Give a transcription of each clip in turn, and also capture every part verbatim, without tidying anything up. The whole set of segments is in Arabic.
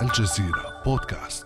الجزيرة بودكاست.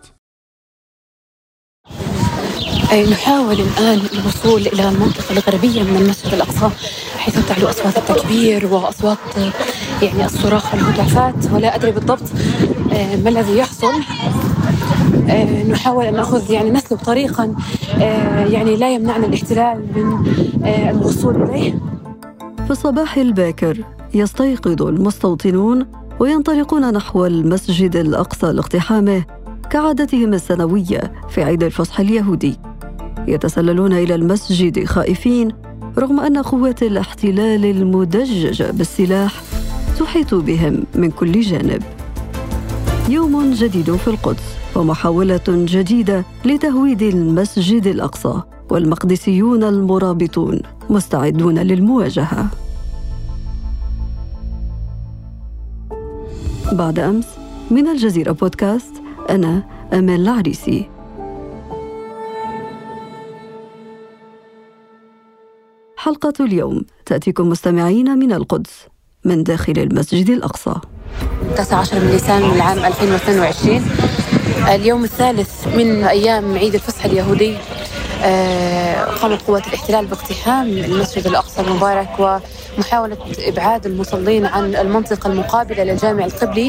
نحاول الآن الوصول إلى المنطقة الغربية من المسجد الأقصى، حيث تعلو أصوات التكبير وأصوات يعني الصراخ والهتافات، ولا أدري بالضبط ما الذي يحصل. نحاول أن نأخذ يعني نسلك طريقا يعني لا يمنعنا الاحتلال من الوصول إليه. في الصباح الباكر يستيقظ المستوطنون وينطلقون نحو المسجد الأقصى لاقتحامه كعادتهم السنوية في عيد الفصح اليهودي. يتسللون إلى المسجد خائفين رغم أن قوات الاحتلال المدججة بالسلاح تحيط بهم من كل جانب. يوم جديد في القدس ومحاولة جديدة لتهويد المسجد الأقصى، والمقدسيون المرابطون مستعدون للمواجهة. بعد أمس من الجزيرة بودكاست، أنا أمال العريسي. حلقة اليوم تأتيكم مستمعين من القدس من داخل المسجد الأقصى. تسعة عشر من نيسان من العام ألفين واثنين وعشرين، اليوم الثالث من أيام عيد الفصح اليهودي. قامت قوات الاحتلال باقتحام المسجد الأقصى المبارك ومحاولة إبعاد المصلين عن المنطقة المقابلة للجامع القبلي.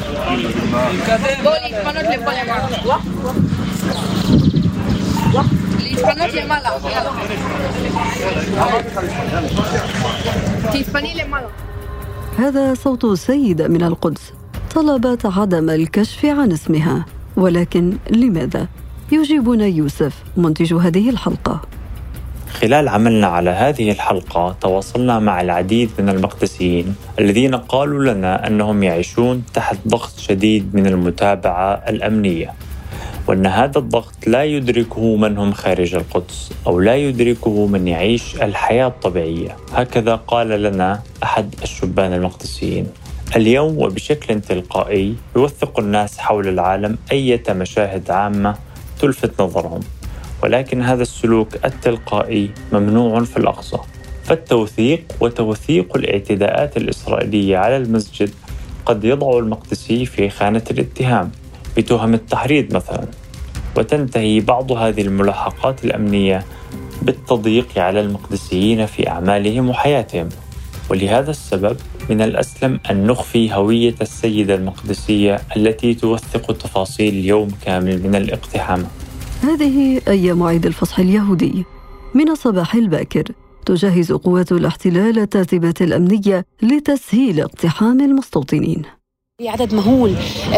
هذا صوت سيدة من القدس طلبت عدم الكشف عن اسمها، ولكن لماذا؟ يجيبنا يوسف منتج هذه الحلقة. خلال عملنا على هذه الحلقة تواصلنا مع العديد من المقدسيين الذين قالوا لنا أنهم يعيشون تحت ضغط شديد من المتابعة الأمنية، وأن هذا الضغط لا يدركه من هم خارج القدس أو لا يدركه من يعيش الحياة الطبيعية. هكذا قال لنا أحد الشبان المقدسيين. اليوم وبشكل تلقائي يوثق الناس حول العالم أي مشاهد عامة تلفت نظرهم، ولكن هذا السلوك التلقائي ممنوع في الأقصى. فالتوثيق وتوثيق الاعتداءات الإسرائيلية على المسجد قد يضع المقدسي في خانة الاتهام بتهم التحريض مثلا، وتنتهي بعض هذه الملاحقات الأمنية بالتضييق على المقدسيين في أعمالهم وحياتهم. ولهذا السبب من الأسلم أن نخفي هوية السيدة المقدسية التي توثق تفاصيل يوم كامل من الاقتحام. هذه أيام عيد الفصح اليهودي. من الصباح الباكر تجهز قوات الاحتلال الترتيبات الأمنية لتسهيل اقتحام المستوطنين. عدد مهول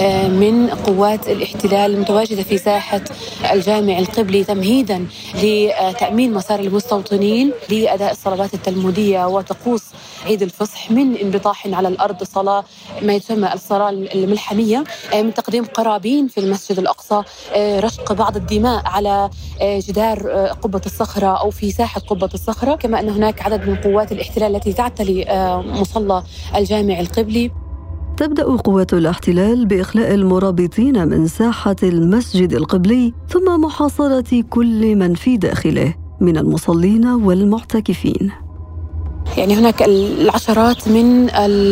من قوات الاحتلال المتواجدة في ساحة الجامع القبلي تمهيداً لتأمين مسار المستوطنين لأداء الصلوات التلمودية وطقوس عيد الفصح، من انبطاح على الأرض، صلاة ما يسمى الصلاة الملحمية، من تقديم قرابين في المسجد الأقصى، رشق بعض الدماء على جدار قبة الصخرة أو في ساحة قبة الصخرة، كما أن هناك عدد من قوات الاحتلال التي تعتلي مصلى الجامع القبلي. تبدأ قوات الاحتلال بإخلاء المرابطين من ساحة المسجد القبلي ثم محاصرة كل من في داخله من المصلين والمعتكفين. يعني هناك العشرات من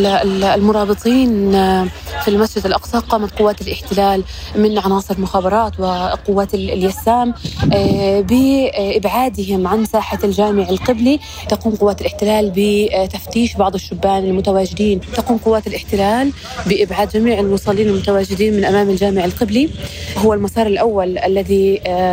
المرابطين في المسجد الأقصى. قامت قوات الاحتلال من عناصر مخابرات وقوات اليسام بإبعادهم عن ساحة الجامع القبلي. تقوم قوات الاحتلال بتفتيش بعض الشبان المتواجدين. تقوم قوات الاحتلال بإبعاد جميع المصلين المتواجدين من أمام الجامع القبلي. هو المسار الأول الذي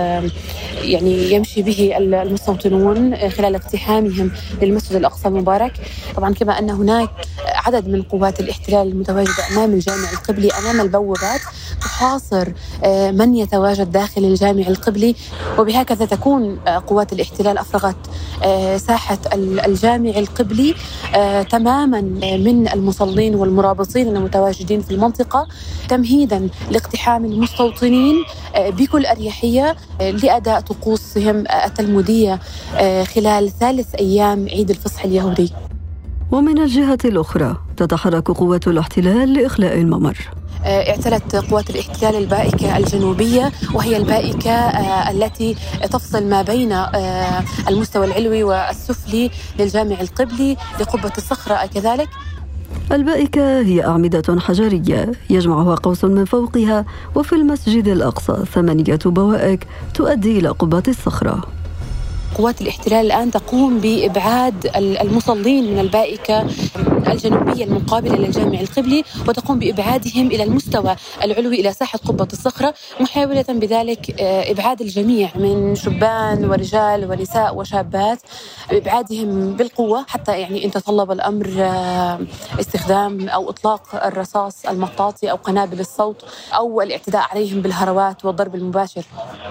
يعني يمشي به المستوطنون خلال اقتحامهم للمسجد الأقصى المبارك. طبعا كما أن هناك عدد من قوات الاحتلال المتواجدة أمام الجامع القبلي أمام البوابات تحاصر من يتواجد داخل الجامع القبلي، وبهكذا تكون قوات الاحتلال أفرغت ساحة الجامع القبلي تماما من المصلين والمرابطين المتواجدين في المنطقة، تمهيدا لاقتحام المستوطنين بكل أريحية لأداء طقوسهم التلمودية خلال ثالث أيام عيد الفصح اليهودي. ومن الجهة الأخرى تتحرك قوات الاحتلال لإخلاء الممر. اعتلت قوات الاحتلال البائكة الجنوبية، وهي البائكة التي تفصل ما بين المستوى العلوي والسفلي للجامع القبلي لقبة الصخرة كذلك. البائكة هي أعمدة حجرية يجمعها قوس من فوقها، وفي المسجد الأقصى ثمانية بوائك تؤدي إلى قبة الصخرة. قوات الاحتلال الآن تقوم بإبعاد المصلين من البائكة الجنوبية المقابلة للجامع القبلي، وتقوم بإبعادهم إلى المستوى العلوي إلى ساحة قبة الصخرة، محاولة بذلك إبعاد الجميع من شبان ورجال ونساء وشابات، إبعادهم بالقوة، حتى يعني إن تطلب الأمر استخدام أو إطلاق الرصاص المطاطي أو قنابل الصوت أو الاعتداء عليهم بالهروات والضرب المباشر.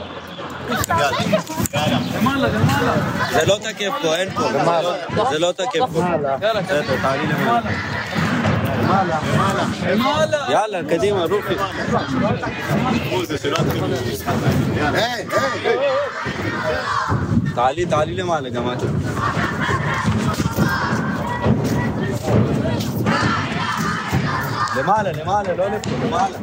זה לא תקף פה, אין פה, זה לא תקף פה. תעלי למעלה. יאללה, קדימה, רופי. תעלי, תעלי למעלה גם את. למעלה, למעלה, לא לפה, למעלה.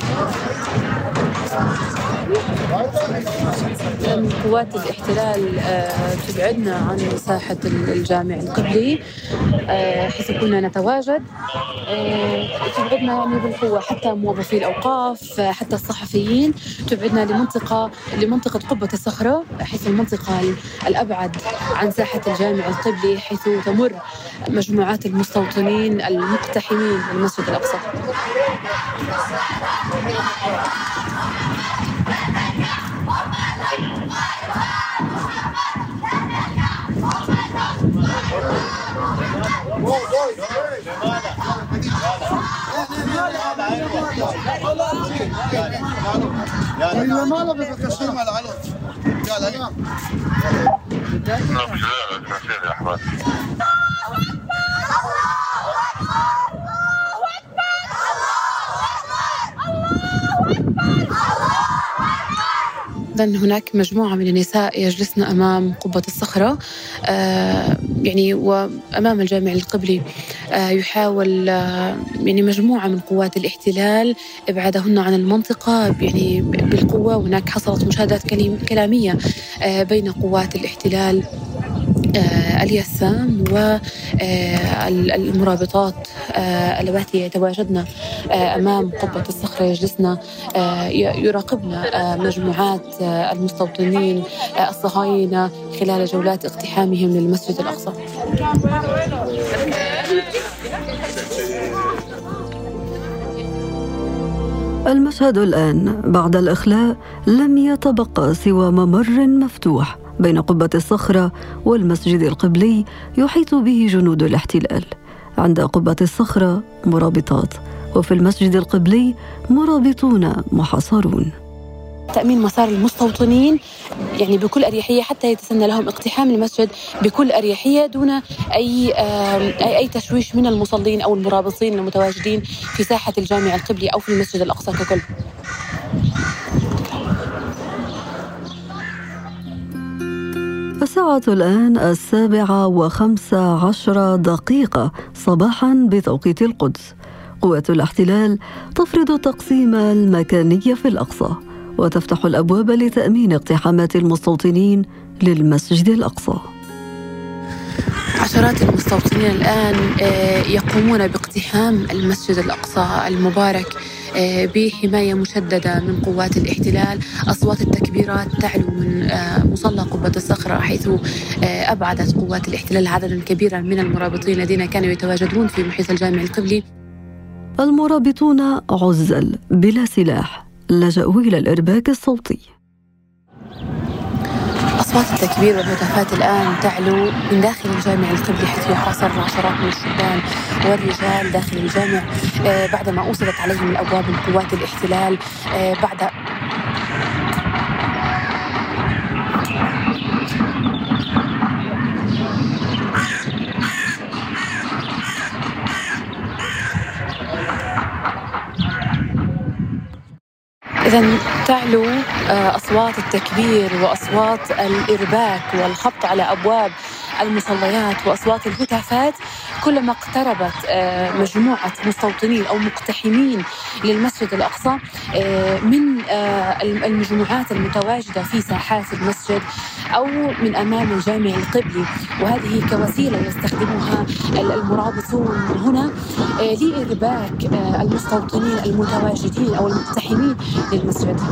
قوات الاحتلال تبعدنا عن ساحة الجامع القبلي حيث كنا نتواجد، تبعدنا يعني بالقوة، حتى موظفي الأوقاف حتى الصحفيين، تبعدنا لمنطقة لمنطقة قبة الصخرة، حيث المنطقة الأبعد عن ساحة الجامع القبلي، حيث تمر مجموعات المستوطنين المقتحمين للمسجد الأقصى. למעלה בבקשה לעלות. יאללה, יאללה. هناك مجموعة من النساء يجلسن أمام قبة الصخرة آه يعني وأمام الجامع القبلي، آه يحاول آه يعني مجموعة من قوات الاحتلال إبعادهن عن المنطقة يعني بالقوة. هناك حصلت مشادات كلامية آه بين قوات الاحتلال آه اليسام والمرابطات آه اللواتي يتواجدن آه أمام قبة الصخرة، يجلسن آه يراقبن آه مجموعات آه المستوطنين آه الصهاينة خلال جولات اقتحامهم للمسجد الأقصى. المشهد الآن بعد الإخلاء لم يتبقى سوى ممر مفتوح بين قبة الصخرة والمسجد القبلي يحيط به جنود الاحتلال. عند قبة الصخرة مرابطات، وفي المسجد القبلي مرابطون محاصرون. تأمين مسار المستوطنين يعني بكل أريحية حتى يتسنى لهم اقتحام المسجد بكل أريحية دون أي أي تشويش من المصلين أو المرابطين المتواجدين في ساحة الجامع القبلي أو في المسجد الأقصى ككل. الساعة الآن السابعة وخمسة عشر دقيقة صباحا بتوقيت القدس. قوات الاحتلال تفرض التقسيم المكاني في الأقصى وتفتح الأبواب لتأمين اقتحامات المستوطنين للمسجد الأقصى. عشرات المستوطنين الآن يقومون باقتحام المسجد الأقصى المبارك بحماية مشددة من قوات الاحتلال. أصوات التكبيرات تعلو من مصلى قبة الصخرة، حيث أبعدت قوات الاحتلال عددا كبيرا من المرابطين الذين كانوا يتواجدون في محيط الجامع القبلي. المرابطون عزل بلا سلاح لجأوا إلى الإرباك الصوتي. أصوات التكبير والهتافات الآن تعلو من داخل الجامع القبلي، حيث يحاصر عشرات من الشبان والرجال داخل الجامع بعدما أوصلت عليهم الأبواب من قوات الاحتلال. بعد إذن تعلو أصوات التكبير وأصوات الإرباك والخبط على أبواب المصليات وأصوات الهتافات كلما اقتربت مجموعة مستوطنين أو مقتحمين للمسجد الأقصى من المجموعات المتواجدة في ساحات المسجد أو من أمام الجامع القبلي، وهذه كوسيلة يستخدمها المرابطون هنا لإرباك المستوطنين المتواجدين أو المقتحمين للمسجد.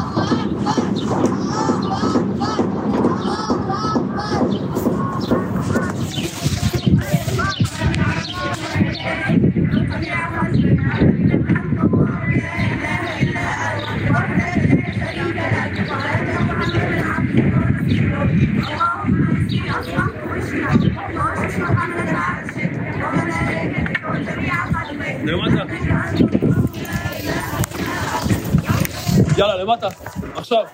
يلا لمتى؟ أخشاب.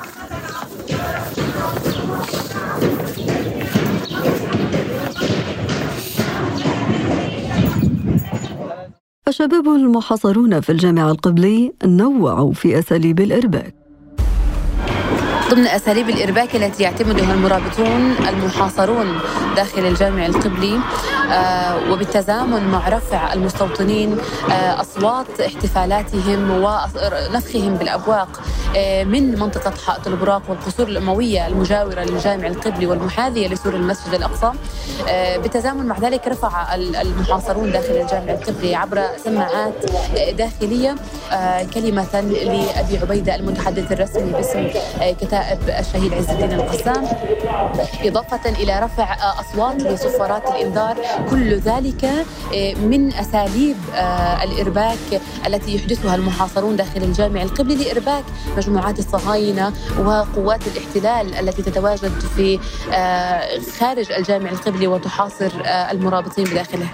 الشباب المحاصرون في الجامع القبلي نوعوا في أساليب الإرباك. ضمن أساليب الإرباك التي يعتمدها المرابطون المحاصرون داخل الجامع القبلي آه وبالتزامن مع رفع المستوطنين آه أصوات احتفالاتهم ونفخهم بالأبواق آه من منطقة حائط البراق والقصور الأموية المجاورة للجامع القبلي والمحاذية لسور المسجد الأقصى. آه بالتزامن مع ذلك رفع المحاصرون داخل الجامع القبلي عبر سماعات داخلية آه كلمة لأبي عبيدة المتحدث الرسمي باسم آه كتاب الشهيد عز الدين القسام، إضافة إلى رفع أصوات لصفارات الإنذار. كل ذلك من أساليب الإرباك التي يحدثها المحاصرون داخل الجامع القبلي لإرباك مجموعات الصهاينة وقوات الاحتلال التي تتواجد في خارج الجامع القبلي وتحاصر المرابطين بداخله.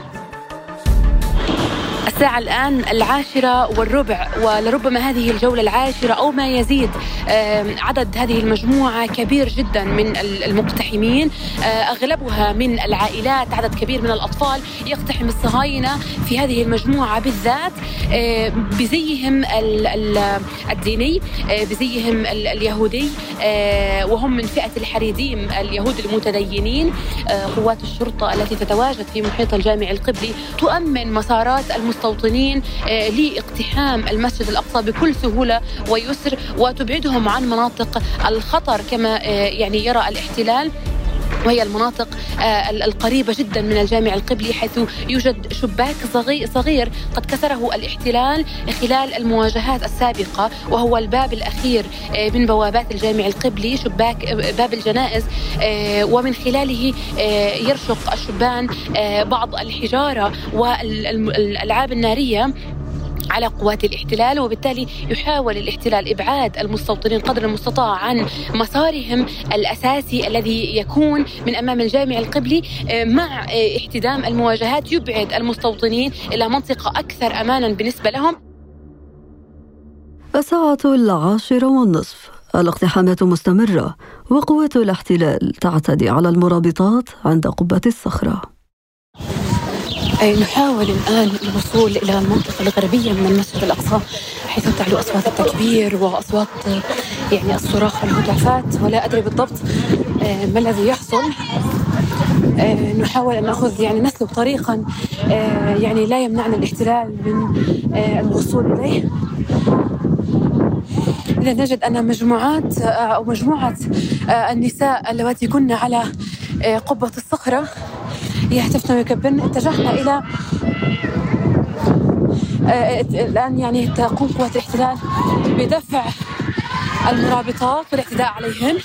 الساعة الآن العاشرة والربع، ولربما هذه الجولة العاشرة أو ما يزيد. عدد هذه المجموعة كبير جدا من المقتحمين، أغلبها من العائلات، عدد كبير من الأطفال. يقتحم الصهاينة في هذه المجموعة بالذات بزيهم الديني، بزيهم اليهودي، وهم من فئة الحريديم اليهود المتدينين. قوات الشرطة التي تتواجد في محيط الجامع القبلي تؤمن مسارات المستوطنين لاقتحام المسجد الأقصى بكل سهولة ويسر، وتبعدهم عن مناطق الخطر كما يعني يرى الاحتلال، وهي المناطق القريبة جدا من الجامع القبلي، حيث يوجد شباك صغير قد كسره الاحتلال خلال المواجهات السابقة، وهو الباب الأخير من بوابات الجامع القبلي، شباك باب الجنائز، ومن خلاله يرشق الشبان بعض الحجارة والألعاب النارية على قوات الاحتلال. وبالتالي يحاول الاحتلال إبعاد المستوطنين قدر المستطاع عن مسارهم الأساسي الذي يكون من أمام الجامع القبلي. مع احتدام المواجهات يبعد المستوطنين إلى منطقة أكثر أمانا بالنسبة لهم. الساعة العاشرة والنصف، الاقتحامات مستمرة وقوات الاحتلال تعتدي على المرابطات عند قبة الصخرة. نحاول الآن الوصول إلى المنطقة الغربية من المسجد الأقصى، حيث تعلو أصوات التكبير وأصوات يعني الصراخ والهتافات، ولا أدري بالضبط ما الذي يحصل. نحاول أن نأخذ يعني نسلك طريقا يعني لا يمنعنا الاحتلال من الوصول إليه. إذا نجد أن مجموعات أو مجموعة النساء اللواتي كن على قبة الصخرة يهتفن ويكبرن، اتجهنا إلى الآن يعني تقوم قوات الاحتلال بدفع المرابطات والاعتداء عليهن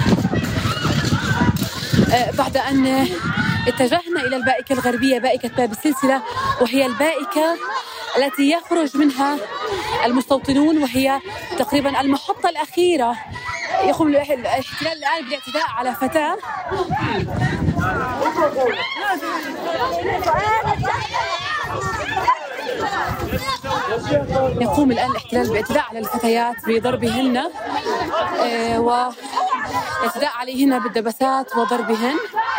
بعد أن اتجهنا إلى البائكة الغربية، بائكة باب السلسلة، وهي البائكة التي يخرج منها المستوطنون، وهي تقريبا المحطة الأخيرة. يقوم الاحتلال الآن بالاعتداء على فتاة. يقوم الآن الاحتلال بالاعتداء على الفتيات بضربهن آه والاعتداء عليهن بالدبسات وضربهن.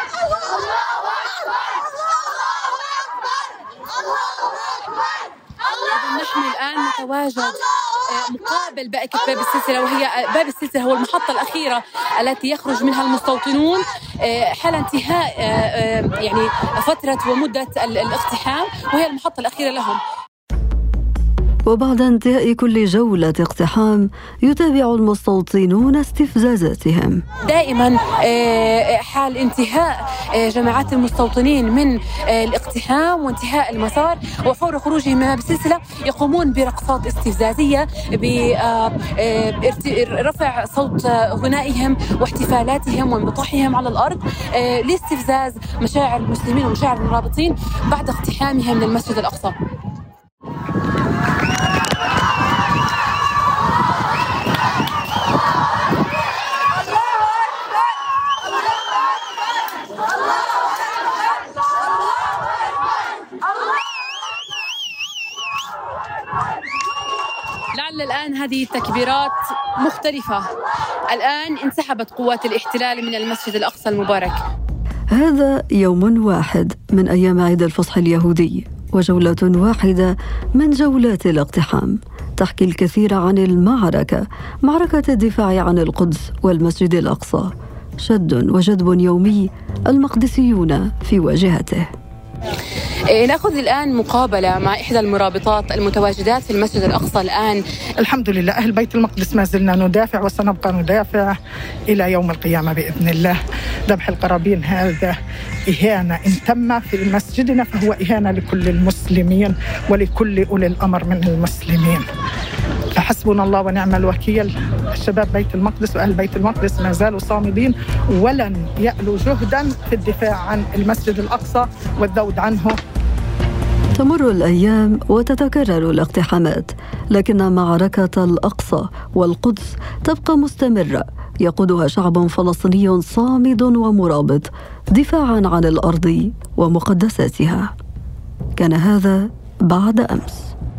نحن الآن نتواجد مقابل بائكة باب السلسلة، وهي باب السلسلة هو المحطة الأخيرة التي يخرج منها المستوطنون حال انتهاء يعني فترة ومدة الاقتحام، وهي المحطة الأخيرة لهم. وبعد انتهاء كل جولة اقتحام يتابع المستوطنون استفزازاتهم. دائما حال انتهاء جماعات المستوطنين من الاقتحام وانتهاء المسار وفور خروجهم منها بسلسلة يقومون برقصات استفزازية برفع صوت غنائهم واحتفالاتهم وانبطاحهم على الأرض لاستفزاز مشاعر المسلمين ومشاعر المرابطين بعد اقتحامهم من المسجد الأقصى. لعل الآن هذه التكبيرات مختلفة. الآن انسحبت قوات الاحتلال من المسجد الأقصى المبارك. هذا يوم واحد من أيام عيد الفصح اليهودي، وجولة واحدة من جولات الاقتحام تحكي الكثير عن المعركة، معركة الدفاع عن القدس والمسجد الأقصى. شد وجذب يومي، المقدسيون في واجهته. نأخذ الآن مقابلة مع إحدى المرابطات المتواجدات في المسجد الأقصى الآن. الحمد لله أهل بيت المقدس ما زلنا ندافع وسنبقى ندافع إلى يوم القيامة بإذن الله. ذبح القرابين هذا إهانة إن تم في مسجدنا فهو إهانة لكل المسلمين ولكل أولي الأمر من المسلمين. فحسبنا الله ونعم الوكيل. الشباب بيت المقدس وأهل بيت المقدس ما زالوا صامدين ولن يألوا جهدا في الدفاع عن المسجد الأقصى والذود عنه. تمر الأيام وتتكرر الاقتحامات، لكن معركة الأقصى والقدس تبقى مستمرة، يقودها شعب فلسطيني صامد ومرابط دفاعاً عن الأرض ومقدساتها. كان هذا بعد أمس.